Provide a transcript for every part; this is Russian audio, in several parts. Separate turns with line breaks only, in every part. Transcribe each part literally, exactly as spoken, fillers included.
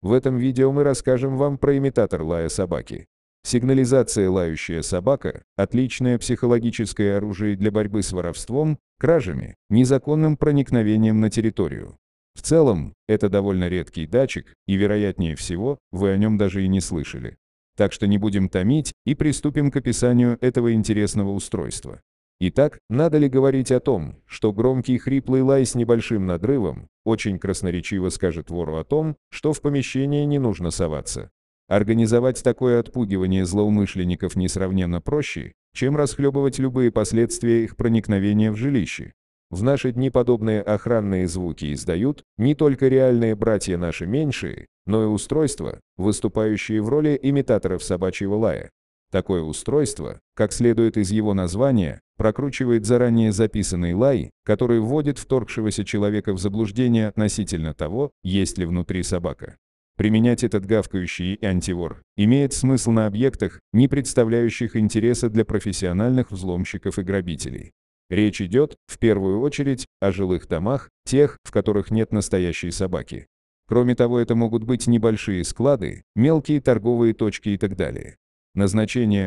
В этом видео мы расскажем вам про имитатор лая собаки. Сигнализация «лающая собака» – отличное психологическое оружие для борьбы с воровством, кражами, незаконным проникновением на территорию. В целом, это довольно редкий датчик, и, вероятнее всего, вы о нем даже и не слышали. Так что не будем томить и приступим к описанию этого интересного устройства. Итак, надо ли говорить о том, что громкий хриплый лай с небольшим надрывом очень красноречиво скажет вору о том, что в помещении не нужно соваться? Организовать такое отпугивание злоумышленников несравненно проще, чем расхлебывать любые последствия их проникновения в жилище. В наши дни подобные охранные звуки издают не только реальные братья наши меньшие, но и устройства, выступающие в роли имитаторов собачьего лая. Такое устройство, как следует из его названия, прокручивает заранее записанный лай, который вводит вторгшегося человека в заблуждение относительно того, есть ли внутри собака. Применять этот гавкающий антивор имеет смысл на объектах, не представляющих интереса для профессиональных взломщиков и грабителей. Речь идет, в первую очередь, о жилых домах, тех, в которых нет настоящей собаки. Кроме того, это могут быть небольшие склады, мелкие торговые точки и так далее. Назначение.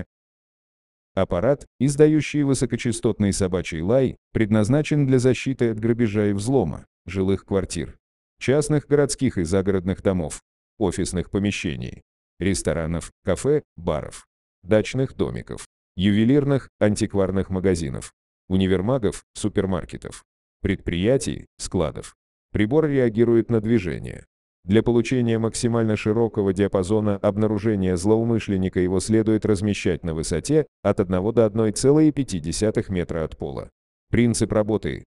Аппарат, издающий высокочастотный собачий лай, предназначен для защиты от грабежа и взлома, жилых квартир, частных городских и загородных домов, офисных помещений, ресторанов, кафе, баров, дачных домиков, ювелирных, антикварных магазинов, универмагов, супермаркетов, предприятий, складов. Прибор реагирует на движение. Для получения максимально широкого диапазона обнаружения злоумышленника его следует размещать на высоте от одного до одной целой пяти десятых метра от пола. Принцип работы.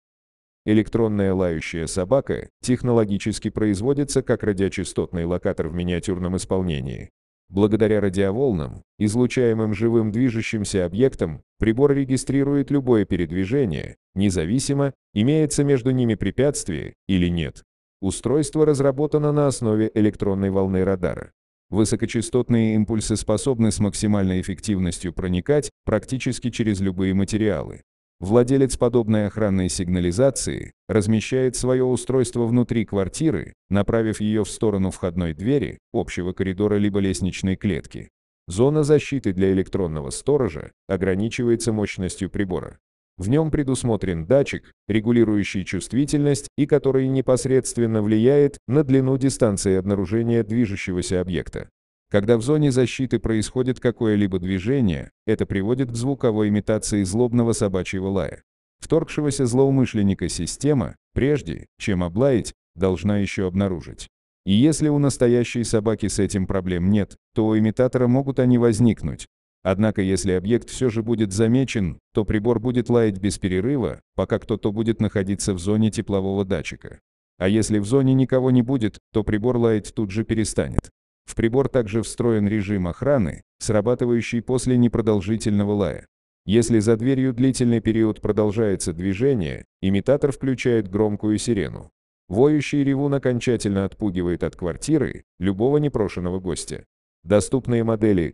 Электронная лающая собака технологически производится как радиочастотный локатор в миниатюрном исполнении. Благодаря радиоволнам, излучаемым живым движущимся объектом, прибор регистрирует любое передвижение, независимо, имеется между ними препятствие или нет. Устройство разработано на основе электронной волны радара. Высокочастотные импульсы способны с максимальной эффективностью проникать практически через любые материалы. Владелец подобной охранной сигнализации размещает свое устройство внутри квартиры, направив ее в сторону входной двери, общего коридора либо лестничной клетки. Зона защиты для электронного сторожа ограничивается мощностью прибора. В нем предусмотрен датчик, регулирующий чувствительность и который непосредственно влияет на длину дистанции обнаружения движущегося объекта. Когда в зоне защиты происходит какое-либо движение, это приводит к звуковой имитации злобного собачьего лая. Вторгшегося злоумышленника система, прежде чем облаять, должна еще обнаружить. И если у настоящей собаки с этим проблем нет, то у имитатора могут они возникнуть. Однако если объект все же будет замечен, то прибор будет лаять без перерыва, пока кто-то будет находиться в зоне теплового датчика. А если в зоне никого не будет, то прибор лаять тут же перестанет. В прибор также встроен режим охраны, срабатывающий после непродолжительного лая. Если за дверью длительный период продолжается движение, имитатор включает громкую сирену. Воющий ревун окончательно отпугивает от квартиры любого непрошенного гостя. Доступные модели.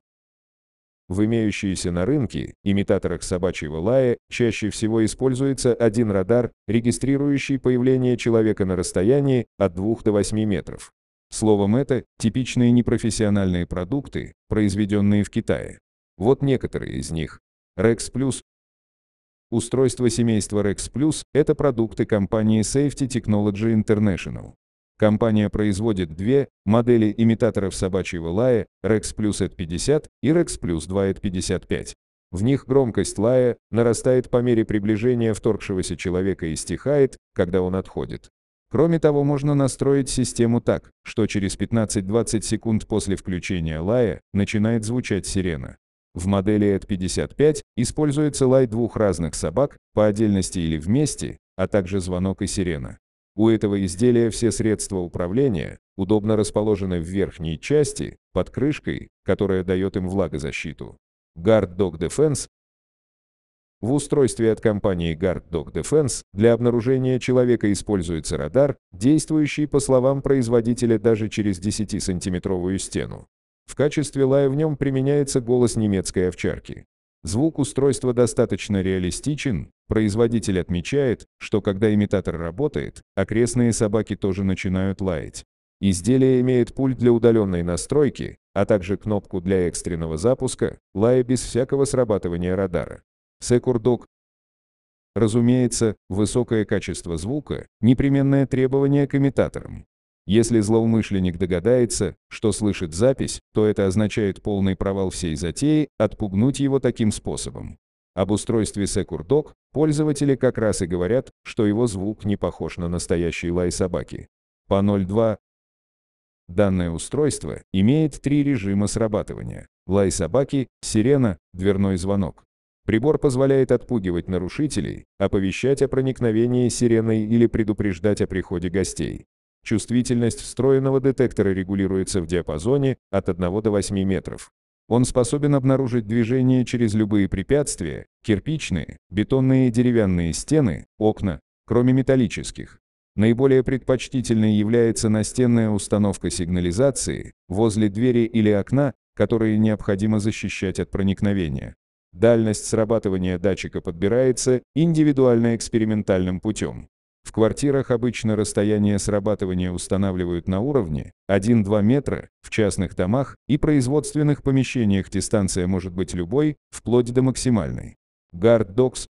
В имеющиеся на рынке имитаторах собачьего лая чаще всего используется один радар, регистрирующий появление человека на расстоянии от двух до восьми метров. Словом, это типичные непрофессиональные продукты, произведенные в Китае. Вот некоторые из них. Rex Plus. Устройство семейства Rex Plus – это продукты компании Safety Technology International. Компания производит две модели имитаторов собачьего лая, Rex Plus и пятьдесят и Rex Plus два и пятьдесят пять. В них громкость лая нарастает по мере приближения вторгшегося человека и стихает, когда он отходит. Кроме того, можно настроить систему так, что через пятнадцать-двадцать секунд после включения лая начинает звучать сирена. В модели и пятьдесят пять используется лай двух разных собак, по отдельности или вместе, а также звонок и сирена. У этого изделия все средства управления удобно расположены в верхней части, под крышкой, которая дает им влагозащиту. Guard Dog Defense. В устройстве от компании Guard Dog Defense для обнаружения человека используется радар, действующий, по словам производителя, даже через десятисантиметровую стену. В качестве лая в нем применяется голос немецкой овчарки. Звук устройства достаточно реалистичен, производитель отмечает, что когда имитатор работает, окрестные собаки тоже начинают лаять. Изделие имеет пульт для удаленной настройки, а также кнопку для экстренного запуска, лая без всякого срабатывания радара. Secure Dog. Разумеется, высокое качество звука – непременное требование к имитаторам. Если злоумышленник догадается, что слышит запись, то это означает полный провал всей затеи, отпугнуть его таким способом. Об устройстве Secure Dog пользователи как раз и говорят, что его звук не похож на настоящий лай собаки. По ноль два. Данное устройство имеет три режима срабатывания: лай собаки, сирена, дверной звонок. Прибор позволяет отпугивать нарушителей, оповещать о проникновении сиреной или предупреждать о приходе гостей. Чувствительность встроенного детектора регулируется в диапазоне от одного до восьми метров. Он способен обнаружить движение через любые препятствия, кирпичные, бетонные и деревянные стены, окна, кроме металлических. Наиболее предпочтительной является настенная установка сигнализации возле двери или окна, которые необходимо защищать от проникновения. Дальность срабатывания датчика подбирается индивидуально экспериментальным путем. В квартирах обычно расстояние срабатывания устанавливают на уровне один-два метра, в частных домах и производственных помещениях дистанция может быть любой, вплоть до максимальной. Guard Dogs.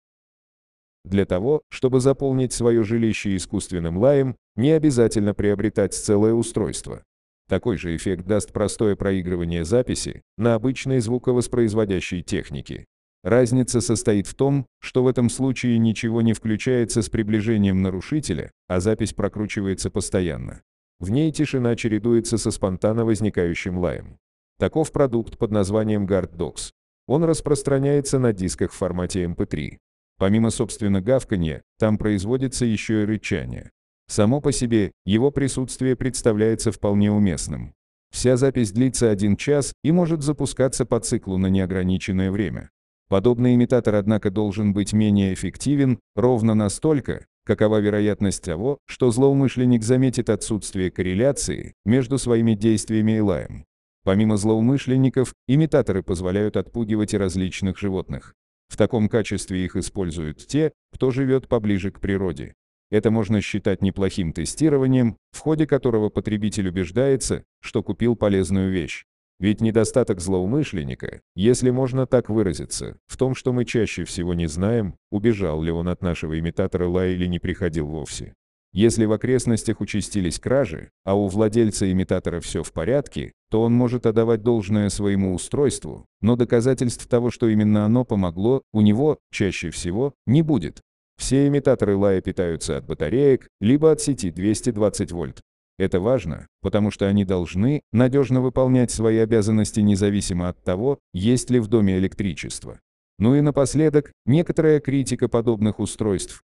Для того, чтобы заполнить свое жилище искусственным лаем, не обязательно приобретать целое устройство. Такой же эффект даст простое проигрывание записи на обычной звуковоспроизводящей технике. Разница состоит в том, что в этом случае ничего не включается с приближением нарушителя, а запись прокручивается постоянно. В ней тишина чередуется со спонтанно возникающим лаем. Таков продукт под названием Guard Dogs. Он распространяется на дисках в формате эм пэ три. Помимо, собственно, гавканья, там производится еще и рычание. Само по себе, его присутствие представляется вполне уместным. Вся запись длится один час и может запускаться по циклу на неограниченное время. Подобный имитатор, однако, должен быть менее эффективен, ровно настолько, какова вероятность того, что злоумышленник заметит отсутствие корреляции между своими действиями и лаем. Помимо злоумышленников, имитаторы позволяют отпугивать и различных животных. В таком качестве их используют те, кто живет поближе к природе. Это можно считать неплохим тестированием, в ходе которого потребитель убеждается, что купил полезную вещь. Ведь недостаток злоумышленника, если можно так выразиться, в том, что мы чаще всего не знаем, убежал ли он от нашего имитатора лая или не приходил вовсе. Если в окрестностях участились кражи, а у владельца имитатора все в порядке, то он может отдавать должное своему устройству, но доказательств того, что именно оно помогло, у него, чаще всего, не будет. Все имитаторы лая питаются от батареек, либо от сети двести двадцать вольт. Это важно, потому что они должны надежно выполнять свои обязанности независимо от того, есть ли в доме электричество. Ну и напоследок, некоторая критика подобных устройств.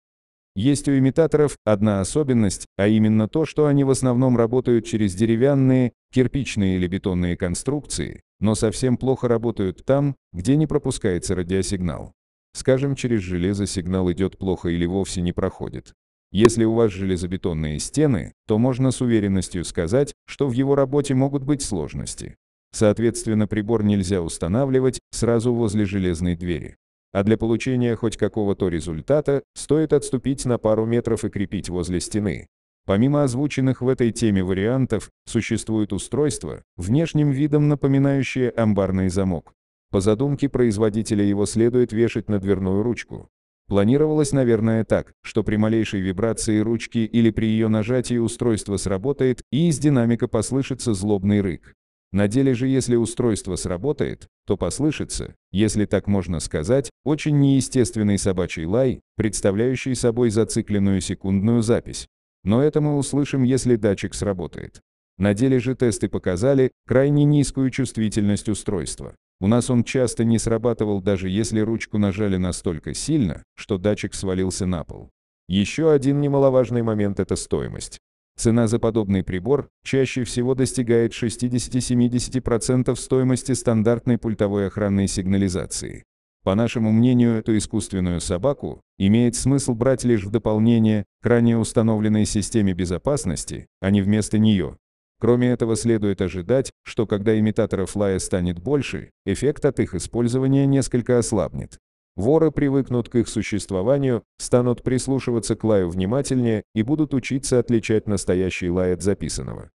Есть у имитаторов одна особенность, а именно то, что они в основном работают через деревянные, кирпичные или бетонные конструкции, но совсем плохо работают там, где не пропускается радиосигнал. Скажем, через железо сигнал идет плохо или вовсе не проходит. Если у вас железобетонные стены, то можно с уверенностью сказать, что в его работе могут быть сложности. Соответственно, прибор нельзя устанавливать сразу возле железной двери. А для получения хоть какого-то результата, стоит отступить на пару метров и крепить возле стены. Помимо озвученных в этой теме вариантов, существует устройство, внешним видом напоминающее амбарный замок. По задумке производителя его следует вешать на дверную ручку. Планировалось, наверное, так, что при малейшей вибрации ручки или при ее нажатии устройство сработает, и из динамика послышится злобный рык. На деле же, если устройство сработает, то послышится, если так можно сказать, очень неестественный собачий лай, представляющий собой зацикленную секундную запись. Но это мы услышим, если датчик сработает. На деле же тесты показали крайне низкую чувствительность устройства. У нас он часто не срабатывал, даже если ручку нажали настолько сильно, что датчик свалился на пол. Еще один немаловажный момент – это стоимость. Цена за подобный прибор чаще всего достигает шестидесяти-семидесяти процентов стоимости стандартной пультовой охранной сигнализации. По нашему мнению, эту искусственную собаку имеет смысл брать лишь в дополнение к ранее установленной системе безопасности, а не вместо нее. Кроме этого, следует ожидать, что когда имитаторов лая станет больше, эффект от их использования несколько ослабнет. Воры привыкнут к их существованию, станут прислушиваться к лаю внимательнее и будут учиться отличать настоящий лай от записанного.